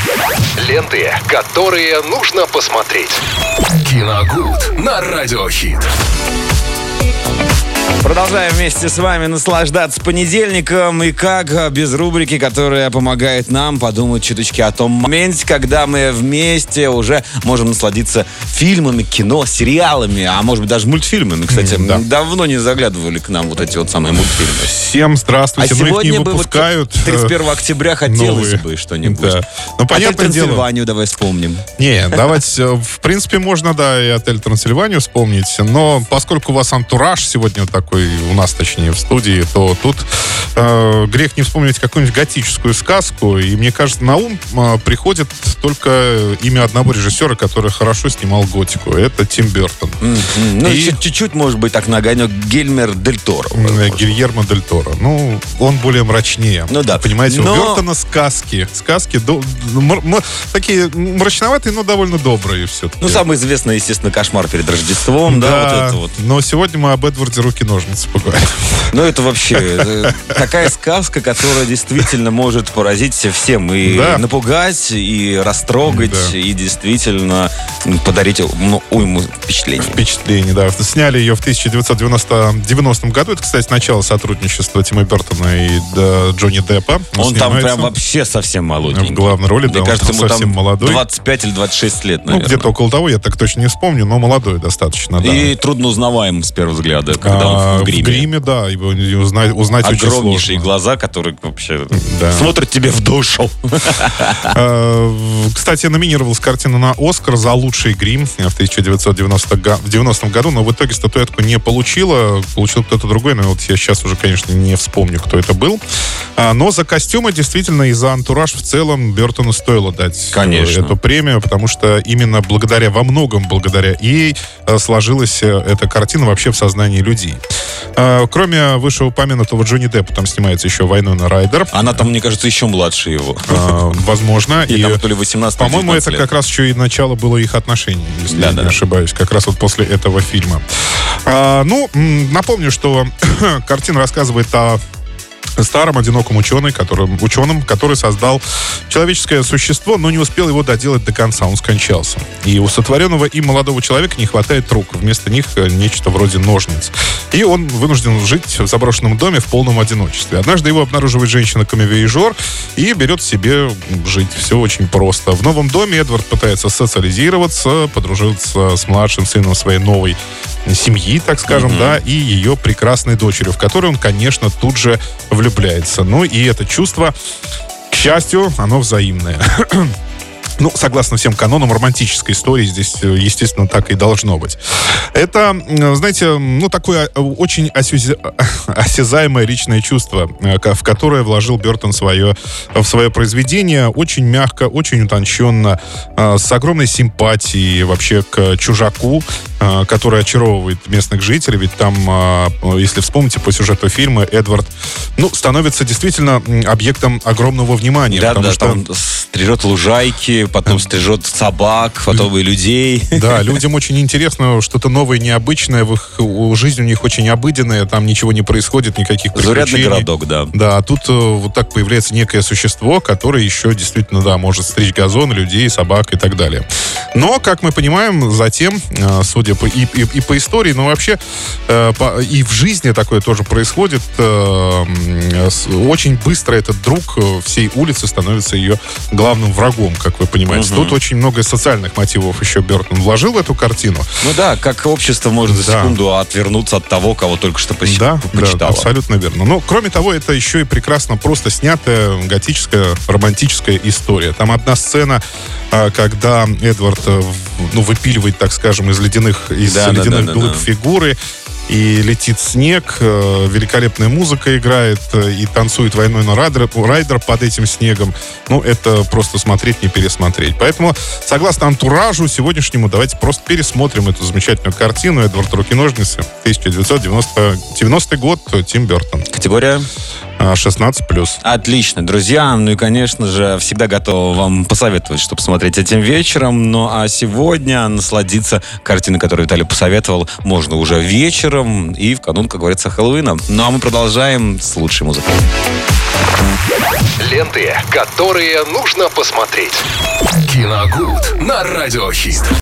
Ленты, которые нужно посмотреть. Киногуд на Радиохит. Продолжаем вместе с вами наслаждаться понедельником. И как без рубрики, которая помогает нам подумать чуточки о том моменте, когда мы вместе уже можем насладиться фильмами, кино, сериалами, а может быть даже мультфильмами. Кстати, давно не заглядывали к нам вот эти вот самые мультфильмы. Всем здравствуйте. А сегодня их не выпускают. 31 октября хотелось бы что-нибудь. Да. Ну, понятное дело. Трансильванию давай вспомним. Не, давайте, в принципе, можно, да, и отель Трансильванию вспомнить, но поскольку у вас антураж сегодня такой, у нас, точнее, в студии, то тут грех не вспомнить какую-нибудь готическую сказку, и мне кажется, на ум приходит только имя одного режиссера, который хорошо снимал готику. Это Тим Бертон. Ну, чуть-чуть, может быть, так на огонек Гильермо дель Торо. Гильермо дель Торо. Ну, он более мрачнее. Ну да. Понимаете, у Бертона сказки. Сказки такие мрачноватые, но довольно добрые все-таки. Ну, самый известный, естественно, «Кошмар перед Рождеством», да, вот это вот. Но сегодня мы об Эдварде Руки-ножницы поговорим. Ну, это вообще такая сказка, которая действительно может поразить всем. И напугать, и растрогать, и действительно подарить уйму впечатлений. Впечатлений, да. Сняли ее в 1990 году. Это, кстати, начало сотрудничества Тима Бертона и Джонни Деппа. Он там прям вообще совсем молоденький. В главной роли, да, мне кажется, он ему совсем там молодой. 25 или 26 лет, наверное. Ну, где-то около того, я так точно не вспомню, но молодой достаточно, да. И трудно узнаваем с первого взгляда, когда он в гриме. В гриме, да, его узнать очень сложно. Огромнейшие глаза, которые вообще смотрят тебе в душу. Кстати, номинировалась картина на «Оскар» за лучший грим в 1990 году, но в итоге статуэтку не получила. Получил кто-то другой, но вот я сейчас уже, конечно, не вспомню, кто это был. Но за костюмы действительно и за антураж в целом Бертону стоило дать эту премию, потому что именно во многом благодаря ей сложилась эта картина вообще в сознании людей. Кроме вышеупомянутого Джонни Деппа, там снимается еще Вайнона Райдер. Она там, мне кажется, еще младше его. Возможно. И там то ли 18, по-моему, это лет. как раз еще и начало было их отношений, если я не ошибаюсь. Как раз вот после этого фильма. Напомню, что картина рассказывает о старом одиноком ученом, который создал человеческое существо, но не успел его доделать до конца. Он скончался. И у сотворенного им молодого человека не хватает рук. Вместо них нечто вроде ножниц. И он вынужден жить в заброшенном доме в полном одиночестве. Однажды его обнаруживает женщина-камевояжер и берет себе жить. Все очень просто. В новом доме Эдвард пытается социализироваться, подружиться с младшим сыном своей новой семьи, так скажем, да, и ее прекрасной дочерью, в которую он, конечно, тут же влюбляется. Ну, и это чувство, к счастью, оно взаимное. Ну, согласно всем канонам романтической истории, здесь, естественно, так и должно быть. Это, знаете, такое очень осязаемое личное чувство, в которое вложил Бертон в свое произведение. Очень мягко, очень утонченно, с огромной симпатией вообще к чужаку, который очаровывает местных жителей. Ведь там, если вспомните по сюжету фильма, Эдвард, становится действительно объектом огромного внимания. Да, что он стрижет лужайки, потом стрижет собак, потом и людей. Да, людям очень интересно, что-то новое, необычное. В их жизнь у них очень обыденная, там ничего не происходит, никаких приключений. Зарядный городок, да. Да, а тут вот так появляется некое существо, которое еще действительно, да, может стричь газон, людей, собак и так далее. Но, как мы понимаем, затем, судя по истории, но вообще и в жизни такое тоже происходит, очень быстро этот друг всей улицы становится ее главным врагом, как вы понимаете. Тут очень много социальных мотивов еще Бертон вложил в эту картину. Ну да, как общество может за секунду отвернуться от того, кого только что почитало. Да, абсолютно верно. Но, кроме того, это еще и прекрасно просто снятая готическая, романтическая история. Там одна сцена, когда Эдвард выпиливает, так скажем, из ледяных глыб фигуры, и летит снег, великолепная музыка играет, и танцует Вайнона Райдер под этим снегом. Это просто смотреть, не пересмотреть. Поэтому, согласно антуражу сегодняшнему, давайте просто пересмотрим эту замечательную картину «Эдвард Руки-ножницы», 1990 год, Тим Бертон. Категория? 16+. Отлично, друзья. Ну и, конечно же, всегда готова вам посоветовать, что посмотреть этим вечером. Ну а сегодня насладиться картиной, которую Виталий посоветовал, можно уже вечером и в канун, как говорится, Хэллоуина. Ну а мы продолжаем с лучшей музыкой. Ленты, которые нужно посмотреть. Киногуд на Радиохит.